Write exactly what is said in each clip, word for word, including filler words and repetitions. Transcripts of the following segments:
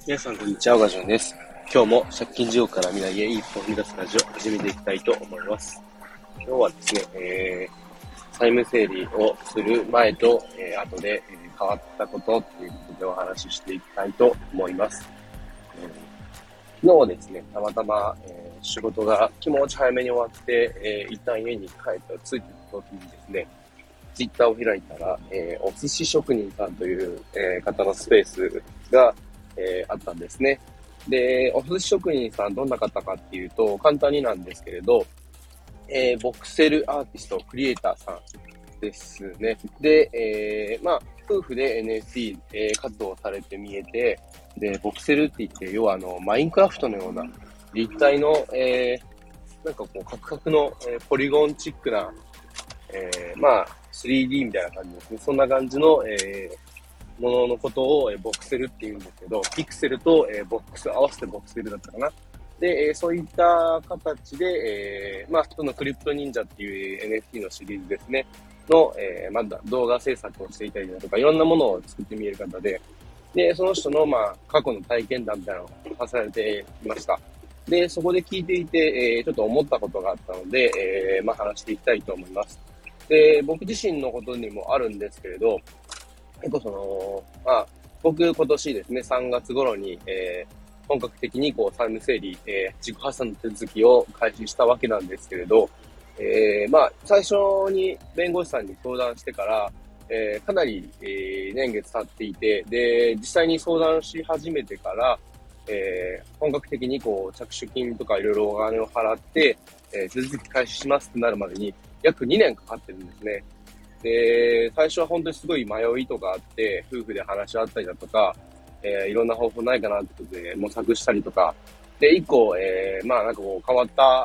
皆さんこんにちは、オガジョンです。今日も借金地獄から未来へ一歩踏み出すラジオを始めていきたいと思います。今日はですね、えー、債務整理をする前と、えー、後で、えー、変わったことということでお話ししていきたいと思います。えー、昨日ですね、たまたま、えー、仕事が気持ち早めに終わって、えー、一旦家に帰った着いた時にですね、ツイッターを開いたら、えー、お寿司職人さんという、えー、方のスペースが、えー、あったんですね。で、お寿司職人さんどんな方かっていうと、簡単になんですけれど、えー、ボクセルアーティスト、クリエイターさんですね。で、えー、まあ、夫婦で エヌエフティー、えー、活動をされて見えて、で、ボクセルって言って、要はあの、マインクラフトのような立体の、えー、なんかこう、カクカクの、えー、ポリゴンチックな、えー、まあ、スリーディー みたいな感じですね。そんな感じの、えー、もののことを、えー、ボクセルって言うんですけど、ピクセルと、えー、ボックス、合わせてボクセルだったかな。で、えー、そういった形で、えー、まあ、そのクリプト忍者っていう エヌエフティー のシリーズですね、の、えー、まだ動画制作をしていたりだとか、いろんなものを作ってみえる方で、で、その人の、まあ、過去の体験談みたいなのをされていました。で、そこで聞いていて、えー、ちょっと思ったことがあったので、えー、まあ、話していきたいと思います。で、僕自身のことにもあるんですけれど、結構その、まあ、僕今年ですね、さんがつ頃に、えー、本格的にこう債務整理、えー、自己破産の手続きを開始したわけなんですけれど、えー、まあ、最初に弁護士さんに相談してから、えー、かなり、えー、年月経っていて、で、実際に相談し始めてから、えー、本格的にこう着手金とかいろいろお金を払って、えー、手続き開始しますってなるまでに約にねんかかってるんですね。で、最初は本当にすごい迷いとかあって、夫婦で話し合ったりだとか、えー、いろんな方法ないかなってことで模索したりとか、で、一個、えー、まあなんかこう変わった、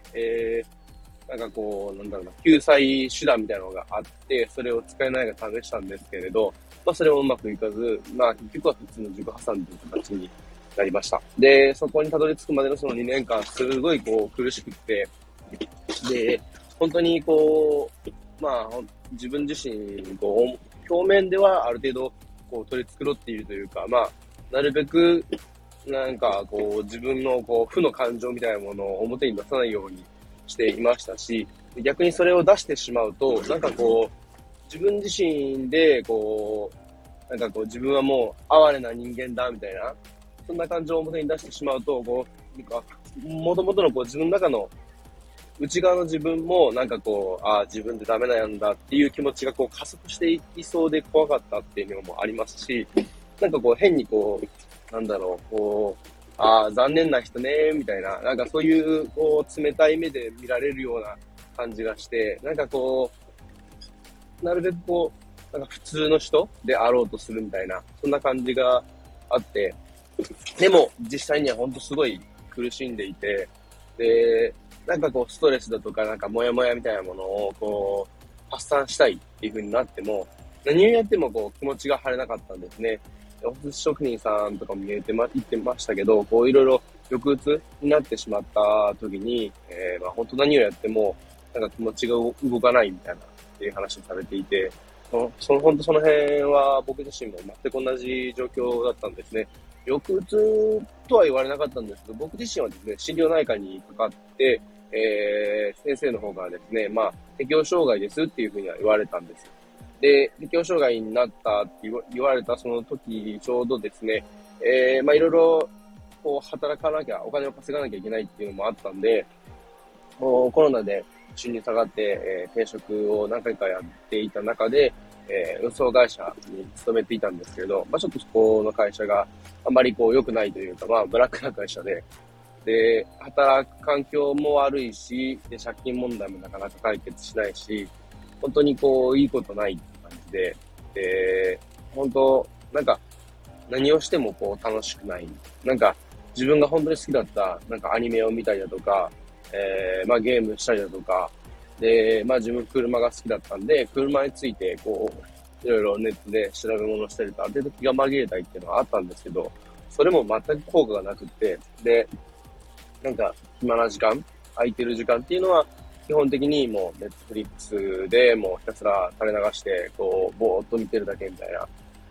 えー、なんかこう、なんだろうな、救済手段みたいなのがあって、それを使えないか試したんですけれど、まあそれもうまくいかず、まあ結局は普通の自己破産という形になりました。で、そこにたどり着くまでのそのにねんかん、すごいこう苦しくって、で、本当にこう、まあ、自分自身、こう、表面ではある程度、こう、取り繕っているというか、まあ、なるべく、なんか、こう、自分の、こう、負の感情みたいなものを表に出さないようにしていましたし、逆にそれを出してしまうと、なんかこう、自分自身で、こう、なんかこう、自分はもう、哀れな人間だ、みたいな、そんな感情を表に出してしまうと、こう、なんか、もともとのこう、自分の中の内側の自分もなんかこう、ああ、自分でダメなんだっていう気持ちがこう加速していきそうで怖かったっていうのもありますし、なんかこう変にこう、なんだろう、こう、ああ、残念な人ね、みたいな、なんかそういうこう冷たい目で見られるような感じがして、なんかこう、なるべくこう、なんか普通の人であろうとするみたいな、そんな感じがあって、でも実際には本当すごい苦しんでいて、で、なんかこうストレスだとかなんかモヤモヤみたいなものをこう発散したいっていう風になっても、何をやってもこう気持ちが晴れなかったんですね。お寿司職人さんとかも言ってま、言ってましたけど、こういろいろ抑うつになってしまった時に、えー、まあ本当何をやってもなんか気持ちが動かないみたいなっていう話をされていて、その、その本当その辺は僕自身も全く同じ状況だったんですね。抑うつとは言われなかったんですけど、僕自身はですね、心療内科にかかって、えー、先生の方がですね、まあ、適応障害ですっていうふうには言われたんです。で、適応障害になったって言わ言われたその時、ちょうどですね、えー、まあいろいろ、こう、働かなきゃ、お金を稼がなきゃいけないっていうのもあったんで、もうコロナで収入下がって、えー、転職を何回かやっていた中で、えー、運送会社に勤めていたんですけれど、まあちょっとそこの会社があんまりこう良くないというか、まあブラックな会社で、で、働く環境も悪いし、で、借金問題もなかなか解決しないし、本当にこう、いいことないって感じで、で、本当、なんか、何をしてもこう、楽しくない。なんか、自分が本当に好きだった、なんかアニメを見たりだとか、えー、まあゲームしたりだとか、で、まあ自分車が好きだったんで、車についてこう、いろいろネットで調べ物したりとか、ある程度気が紛れたいっていうのはあったんですけど、それも全く効果がなくって、で、なんか、暇な時間、空いてる時間っていうのは、基本的にもう、ネットフリックスでもうひたすら垂れ流して、こう、ぼーっと見てるだけみたいな。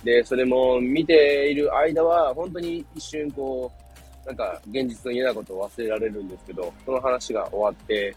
で、それも見ている間は、本当に一瞬こう、なんか現実の嫌なことを忘れられるんですけど、その話が終わって、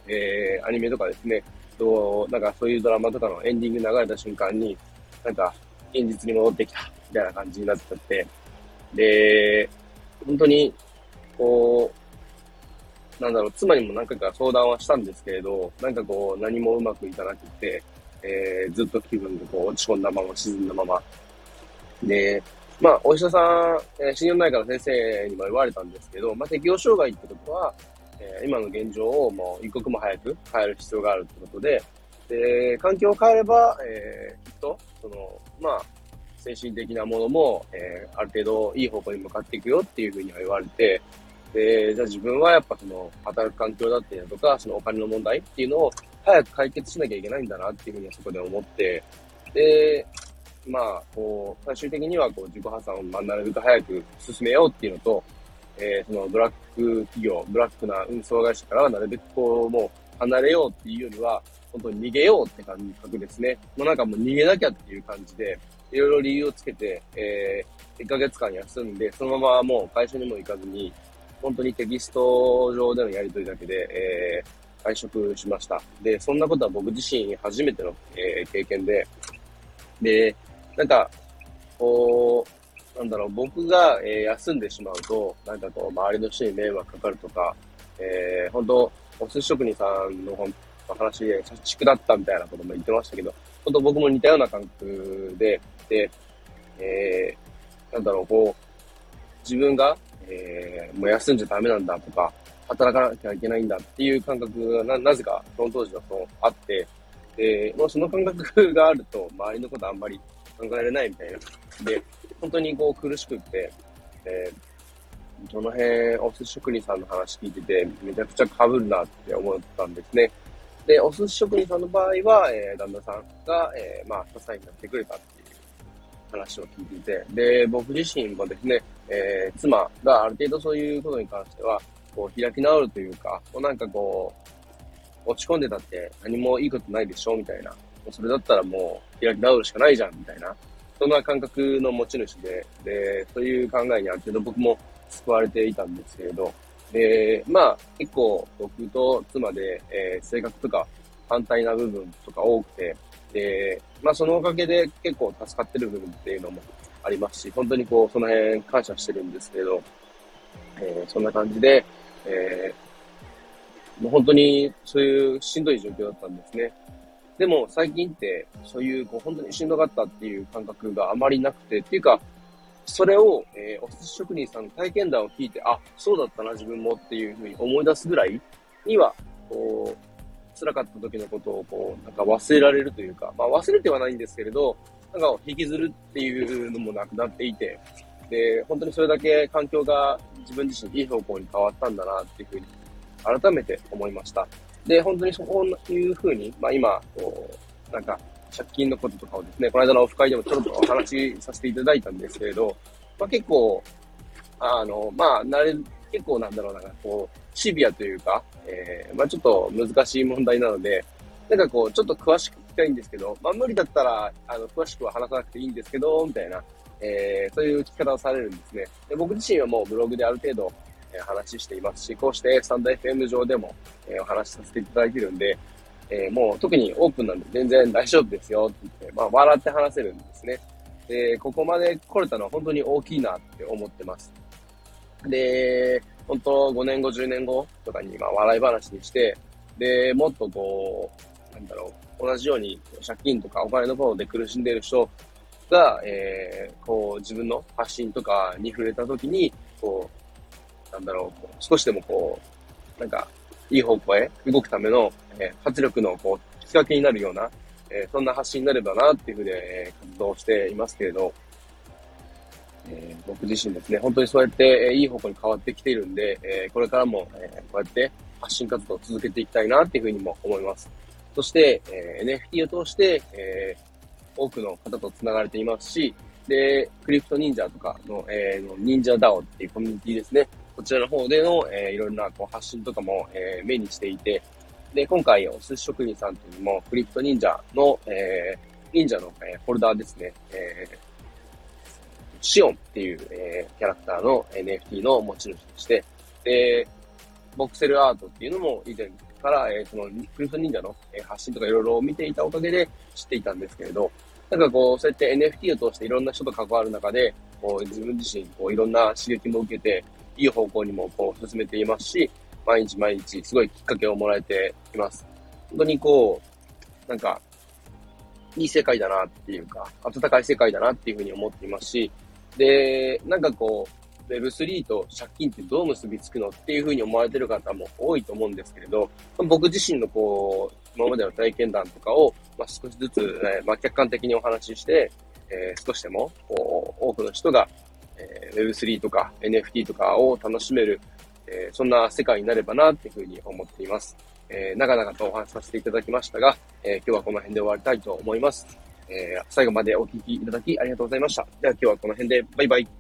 えー、アニメとかですね、と、なんかそういうドラマとかのエンディング流れた瞬間に、なんか現実に戻ってきた、みたいな感じになっちゃって、で、本当に、こう、なんだろう、妻にも何回か相談はしたんですけれど、なんかこう、何もうまくいかなくて、えー、ずっと気分がこう落ち込んだまま、沈んだまま。で、まあ、お医者さん、えー、心療内科の先生にも言われたんですけど、まあ、適応障害ってことは、えー、今の現状をもう一刻も早く変える必要があるってことで、で、環境を変えれば、えー、きっと、その、まあ、精神的なものも、えー、ある程度いい方向に向かっていくよっていうふうには言われて、で、じゃあ自分はやっぱその、働く環境だったりだとか、そのお金の問題っていうのを早く解決しなきゃいけないんだなっていうふうにはそこで思って、で、まあ、こう、最終的にはこう自己破産をまあなるべく早く進めようっていうのと、えー、そのブラック企業、ブラックな運送会社からはなるべくこう、もう離れようっていうよりは、本当に逃げようって感覚ですね。もうなんかもう逃げなきゃっていう感じで、いろいろ理由をつけて、えー、いっかげつかん休んで、そのままもう会社にも行かずに、本当にテキスト上でのやり取りだけで、えー、退職しました。で、そんなことは僕自身初めての、えー、経験で、で、なんか、こう、なんだろう、僕が、えー休んでしまうと、なんかこう、周りの人に迷惑かかるとか、えー、本当お寿司職人さんの本の話で、社畜だったみたいなことも言ってましたけど、本当僕も似たような感覚で、で、えー、なんだろう、こう、自分が、えー、もう休んじゃダメなんだとか、働かなきゃいけないんだっていう感覚がな、なぜかその当時はそうあって、で、もうその感覚があると、周りのことあんまり考えられないみたいな。で、本当にこう苦しくって、えー、その辺、お寿司職人さんの話聞いてて、めちゃくちゃ被るなって思ったんですね。で、お寿司職人さんの場合は、えー、旦那さんが、えー、まあ、支えになってくれたっていう話を聞いていて、で、僕自身もですね、えー、妻がある程度そういうことに関しては、こう、開き直るというか、こうなんかこう、落ち込んでたって何もいいことないでしょみたいな。もうそれだったらもう開き直るしかないじゃんみたいな。そんな感覚の持ち主で、で、そういう考えにある程度僕も救われていたんですけれど、で、まあ結構僕と妻で、えー、性格とか反対な部分とか多くて、で、まあそのおかげで結構助かってる部分っていうのもありますし、本当にこうその辺感謝してるんですけど、えー、そんな感じで、えー、もう本当にそういうしんどい状況だったんですね。でも最近ってそういうこう本当にしんどかったっていう感覚があまりなくて、っていうか、それを、えー、お寿司職人さんの体験談を聞いて、あ、そうだったな自分もっていうふうに思い出すぐらいには、こう、辛かった時のことをこう、なんか忘れられるというか、まあ忘れてはないんですけれど、なんか引きずるっていうのもなくなっていて、で、本当にそれだけ環境が自分自身いい方向に変わったんだなっていうふうに改めて思いました。で、本当にそういうふうに、まあ今、こう、なんか、借金のこととかをですね、この間のオフ会でもちょろっとお話しさせていただいたんですけれど、まあ結構、あの、まあ、なれ、結構なんだろうな、こう、シビアというか、えー、まあちょっと難しい問題なので、なんかこう、ちょっと詳しく聞きたいんですけど、まあ無理だったら、あの、詳しくは話さなくていいんですけど、みたいな、えー、そういう聞き方をされるんですね。で、僕自身はもうブログである程度、えー話していますし、こうしてスタンド エフエム 上でも、えーお話しさせていただいているんで、えーもう特にオープンなんで全然大丈夫ですよって言って、まあ笑って話せるんですね。で、ここまで来れたのは本当に大きいなって思ってます。で、本当ごねんご、じゅうねんごとかにまあ笑い話にして、で、もっとこう、なんだろう、同じように借金とかお金の方で苦しんでいる人が、えー、こう自分の発信とかに触れたときに、こう、なんだろう、こう少しでもこう、なんか、いい方向へ動くための、えー活力のこう、きっかけになるような、えーそんな発信になればなっていうふうで、えー活動していますけれど、えー僕自身ですね、本当にそうやって、えーいい方向に変わってきているんで、えーこれからも、えーこうやって発信活動を続けていきたいなっていうふうにも思います。そして、えー エヌエフティー を通して、えー多くの方と繋がれていますし、で、クリプト忍者とかの、えー、忍者ダオっていうコミュニティですね。こちらの方での、えー、いろいろなこう発信とかも、えー、目にしていて、で、今回お寿司職人さんというのも、クリプト忍者の、えー、忍者の、えー、フォルダーですね。えシオンっていう、えー、キャラクターの エヌエフティー の持ち主でして、で、ボクセルアートっていうのも以前から、えー、そのクリプト忍者の、えー、発信とかいろいろ見ていたおかげで知っていたんですけれど、なんかこう、そうやって エヌエフティー を通していろんな人と関わる中で、こう自分自身、こういろんな刺激も受けて、いい方向にもこう進めていますし、毎日毎日すごいきっかけをもらえています。本当にこう、なんか、いい世界だなっていうか、温かい世界だなっていうふうに思っていますし、で、なんかこう、ウェブスリー と借金ってどう結びつくのっていうふうに思われてる方も多いと思うんですけれど、僕自身のこう、今までの体験談とかを、まあ、少しずつ、えーまあ、客観的にお話しして、えー少しでもこう多くの人が、えー、ウェブスリー とか エヌエフティー とかを楽しめる、えーそんな世界になればなっていうふうに思っています。えー長々とお話しさせていただきましたが、えー今日はこの辺で終わりたいと思います。えー最後までお聞きいただきありがとうございました。では今日はこの辺でバイバイ。